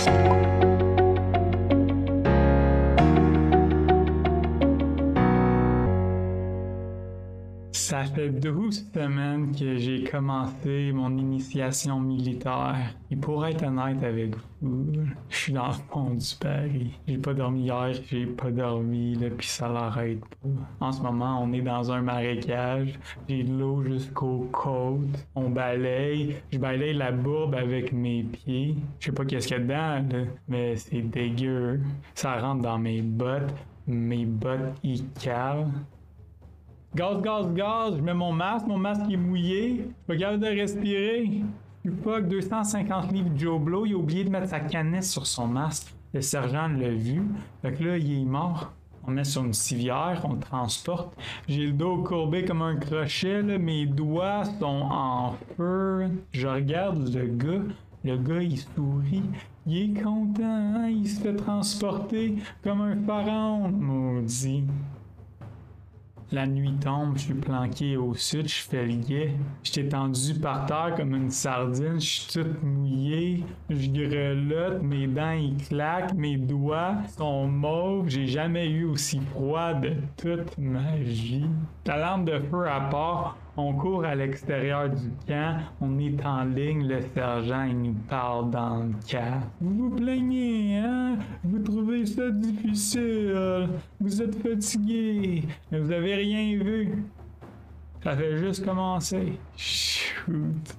Ça fait 12 semaines que j'ai commencé mon initiation militaire. Et pour être honnête avec vous, je suis dans le fond du Paris. J'ai pas dormi hier, j'ai pas dormi, là, pis ça l'arrête pas. En ce moment, on est dans un marécage. J'ai de l'eau jusqu'aux côtes. On balaye. Je balaye la bourbe avec mes pieds. Je sais pas qu'est-ce qu'il y a dedans, là, mais c'est dégueu. Ça rentre dans mes bottes. Mes bottes, ils calent. Gaz, gaz, gaz, je mets mon masque est mouillé, je suis pas capable de respirer. Je suis pas que 250 livres de Joe Blow, il a oublié de mettre sa canette sur son masque. Le sergent l'a vu, fait que là, il est mort. On le met sur une civière, on le transporte. J'ai le dos courbé comme un crochet, là, mes doigts sont en feu. Je regarde le gars, il sourit. Il est content, hein? Il se fait transporter comme un pharaon, maudit. La nuit tombe, je suis planqué au sud, je fais le guet. J'étais tendu par terre comme une sardine, je suis tout mouillé, je grelotte, mes dents ils claquent, mes doigts sont mauves, j'ai jamais eu aussi froid de toute ma vie. La lampe de feu à part, on court à l'extérieur du camp, on est en ligne, le sergent il nous parle dans le camp. Vous vous plaignez, hein? Vous trouvez ça difficile, vous êtes fatigué, mais vous avez rien vu. Ça fait juste commencer. Shoot.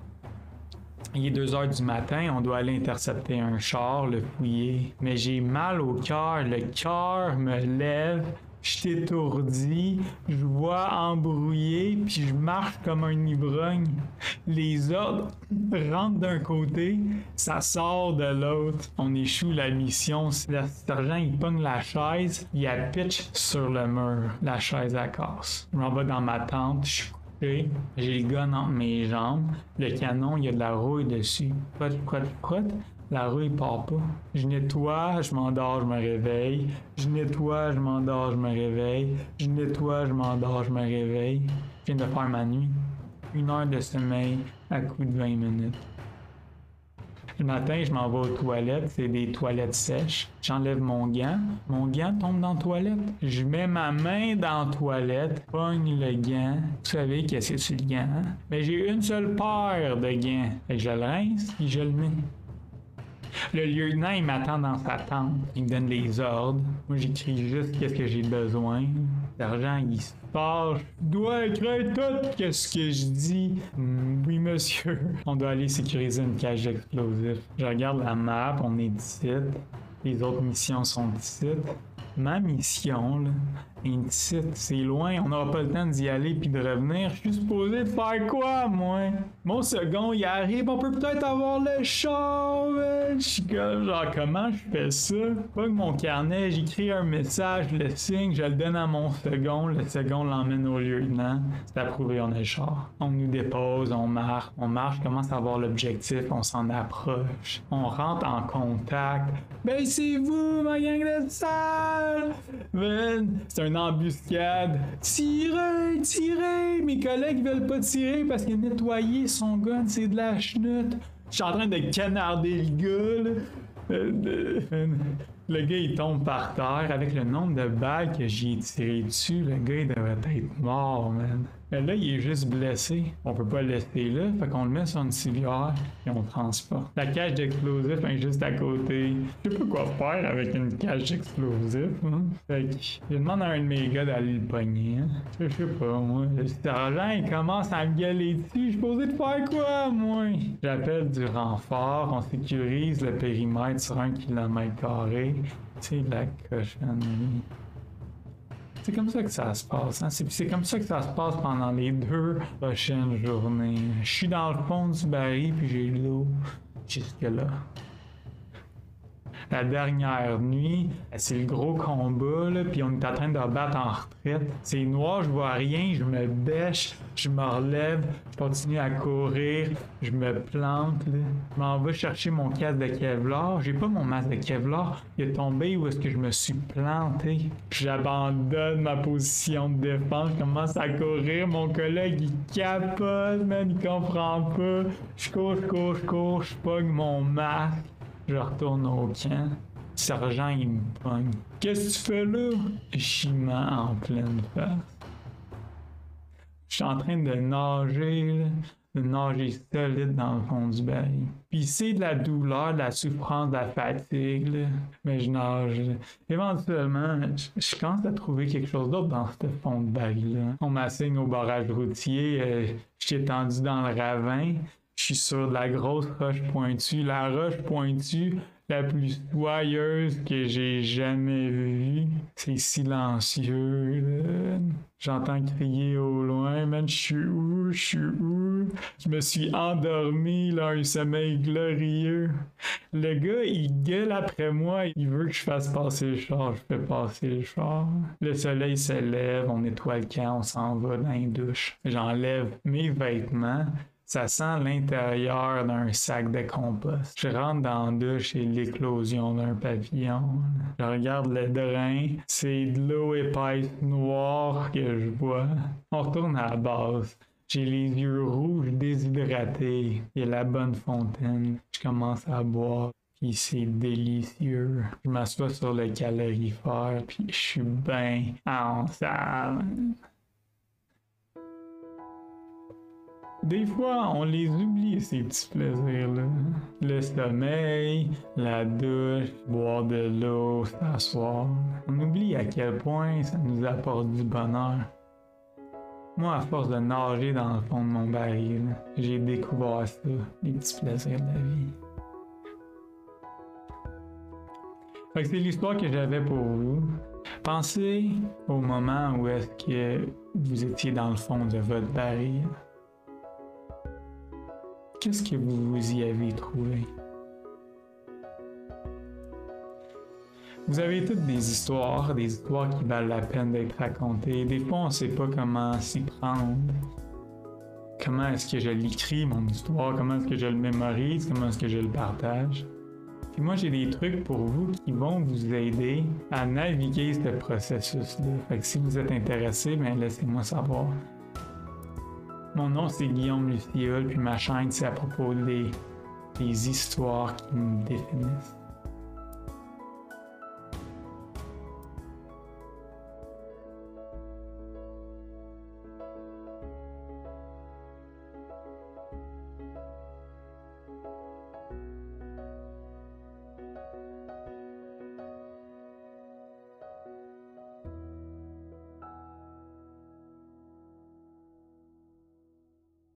Il est 2 heures du matin, on doit aller intercepter un char, le fouiller. Mais j'ai mal au cœur, le cœur me lève. Je suis étourdi, je vois embrouillé, puis je marche comme un ivrogne. Les ordres rentrent d'un côté, ça sort de l'autre. On échoue la mission. Le sergent, il pogne la chaise, il la pitch sur le mur. La chaise, elle casse. Je m'en vais dans ma tente, je suis couché, j'ai le gun entre mes jambes. Le canon, il y a de la rouille dessus. Crotte. La rouille part pas. Je nettoie, je m'endors, je me réveille. Je nettoie, je m'endors, je me réveille. Je nettoie, je m'endors, je me réveille. Je viens de faire ma nuit. 1 heure de sommeil à coup de 20 minutes. Le matin, je m'en vais aux toilettes, c'est des toilettes sèches. J'enlève mon gant tombe dans la toilette. Je mets ma main dans la toilette, pogne le gant. Vous savez qu'est-ce que c'est le gant, hein? Mais j'ai une seule paire de gants. Fait que je le rince et je le mets. Le lieutenant, il m'attend dans sa tente. Il me donne les ordres. Moi, j'écris juste qu'est-ce que j'ai besoin. Le sergent, il se fâche. Je dois écrire tout qu'est-ce que je dis. Oui, monsieur. On doit aller sécuriser une cage d'explosifs. Je regarde la map, on est 17. Les autres missions sont 17. Ma mission, là, est ici. C'est loin, on n'aura pas le temps d'y aller puis de revenir. Je suis supposé de faire quoi, moi? Mon second, il arrive, on peut peut-être avoir le char, man. Je suis comme, genre, comment je fais ça? Pas que mon carnet, j'écris un message, je le signe, je le donne à mon second, le second l'emmène au lieutenant. C'est approuvé, on a le char. On nous dépose, on marche, commence à avoir l'objectif, on s'en approche. On rentre en contact. Ben, c'est vous, ma gang de sale! Ben, c'est une embuscade. Tirez! Mes collègues veulent pas tirer parce que nettoyer son gun, c'est de la chenoute. Je suis en train de canarder le gars, là. Le gars, il tombe par terre. Avec le nombre de balles que j'ai tiré dessus, le gars, il devrait être mort, man. Mais là, il est juste blessé. On peut pas le laisser là. Fait qu'on le met sur une civière et on le transporte. La cage d'explosifs est juste à côté. Je sais pas quoi faire avec une cage d'explosifs. Hein? Fait que je demande à un de mes gars d'aller le pogner. Hein? Je sais pas, moi. Le sergent, il commence à me gueuler dessus. Je suis supposé de faire quoi, moi? J'appelle du renfort. On sécurise le périmètre sur 1 km². C'est de la cochonnerie. C'est comme ça que ça se passe, hein? C'est comme ça que ça se passe pendant les 2 prochaines journées. Je suis dans le fond du baril puis j'ai de l'eau jusque-là. La dernière nuit, c'est le gros combat, là, puis on est en train de battre en retraite. C'est noir, je vois rien, je me bêche, je me relève, je continue à courir, je me plante, là. Je m'en vais chercher mon casque de Kevlar. J'ai pas mon masque de Kevlar, il est tombé où est-ce que je me suis planté. J'abandonne ma position de défense, je commence à courir, mon collègue il capote, man, il comprend pas. Je cours, je pogne mon masque. Je retourne au camp. Le sergent, il me pogne. Qu'est-ce que tu fais là? J'y mens en pleine face. Je suis en train de nager, là, de nager solide dans le fond du baril. Puis c'est de la douleur, de la souffrance, de la fatigue, là. Mais je nage. Là. Éventuellement, je commence à trouver quelque chose d'autre dans ce fond de baril-là. On m'assigne au barrage routier, je suis étendu dans le ravin. Je suis sur de la grosse roche pointue. La roche pointue la plus soyeuse que j'ai jamais vue. C'est silencieux, là. J'entends crier au loin, man, je suis où? Je me suis endormi, là, un sommeil glorieux. Le gars, il gueule après moi, il veut que je fasse passer le char, je fais passer le char. Le soleil se lève, on nettoie le camp, on s'en va dans les douches. J'enlève mes vêtements. Ça sent l'intérieur d'un sac de compost. Je rentre dans la douche et l'éclosion d'un papillon. Je regarde le drain, c'est de l'eau épaisse noire que je bois. On retourne à la base. J'ai les yeux rouges déshydratés. Il y a la bonne fontaine. Je commence à boire. Puis c'est délicieux. Je m'assois sur le calorifère. Puis je suis bien en salle. Des fois, on les oublie, ces petits plaisirs-là. Le sommeil, la douche, boire de l'eau, s'asseoir. On oublie à quel point ça nous apporte du bonheur. Moi, à force de nager dans le fond de mon baril, j'ai découvert ça, les petits plaisirs de la vie. Fait que c'est l'histoire que j'avais pour vous. Pensez au moment où est-ce que vous étiez dans le fond de votre baril. Qu'est-ce que vous y avez trouvé? Vous avez toutes des histoires qui valent la peine d'être racontées. Des fois, on ne sait pas comment s'y prendre. Comment est-ce que je l'écris, mon histoire? Comment est-ce que je le mémorise? Comment est-ce que je le partage? Puis moi, j'ai des trucs pour vous qui vont vous aider à naviguer ce processus-là. Fait que si vous êtes intéressé, ben laissez-moi savoir. Mon nom, c'est Guillaume Luciole, puis ma chaîne, c'est à propos des histoires qui me définissent.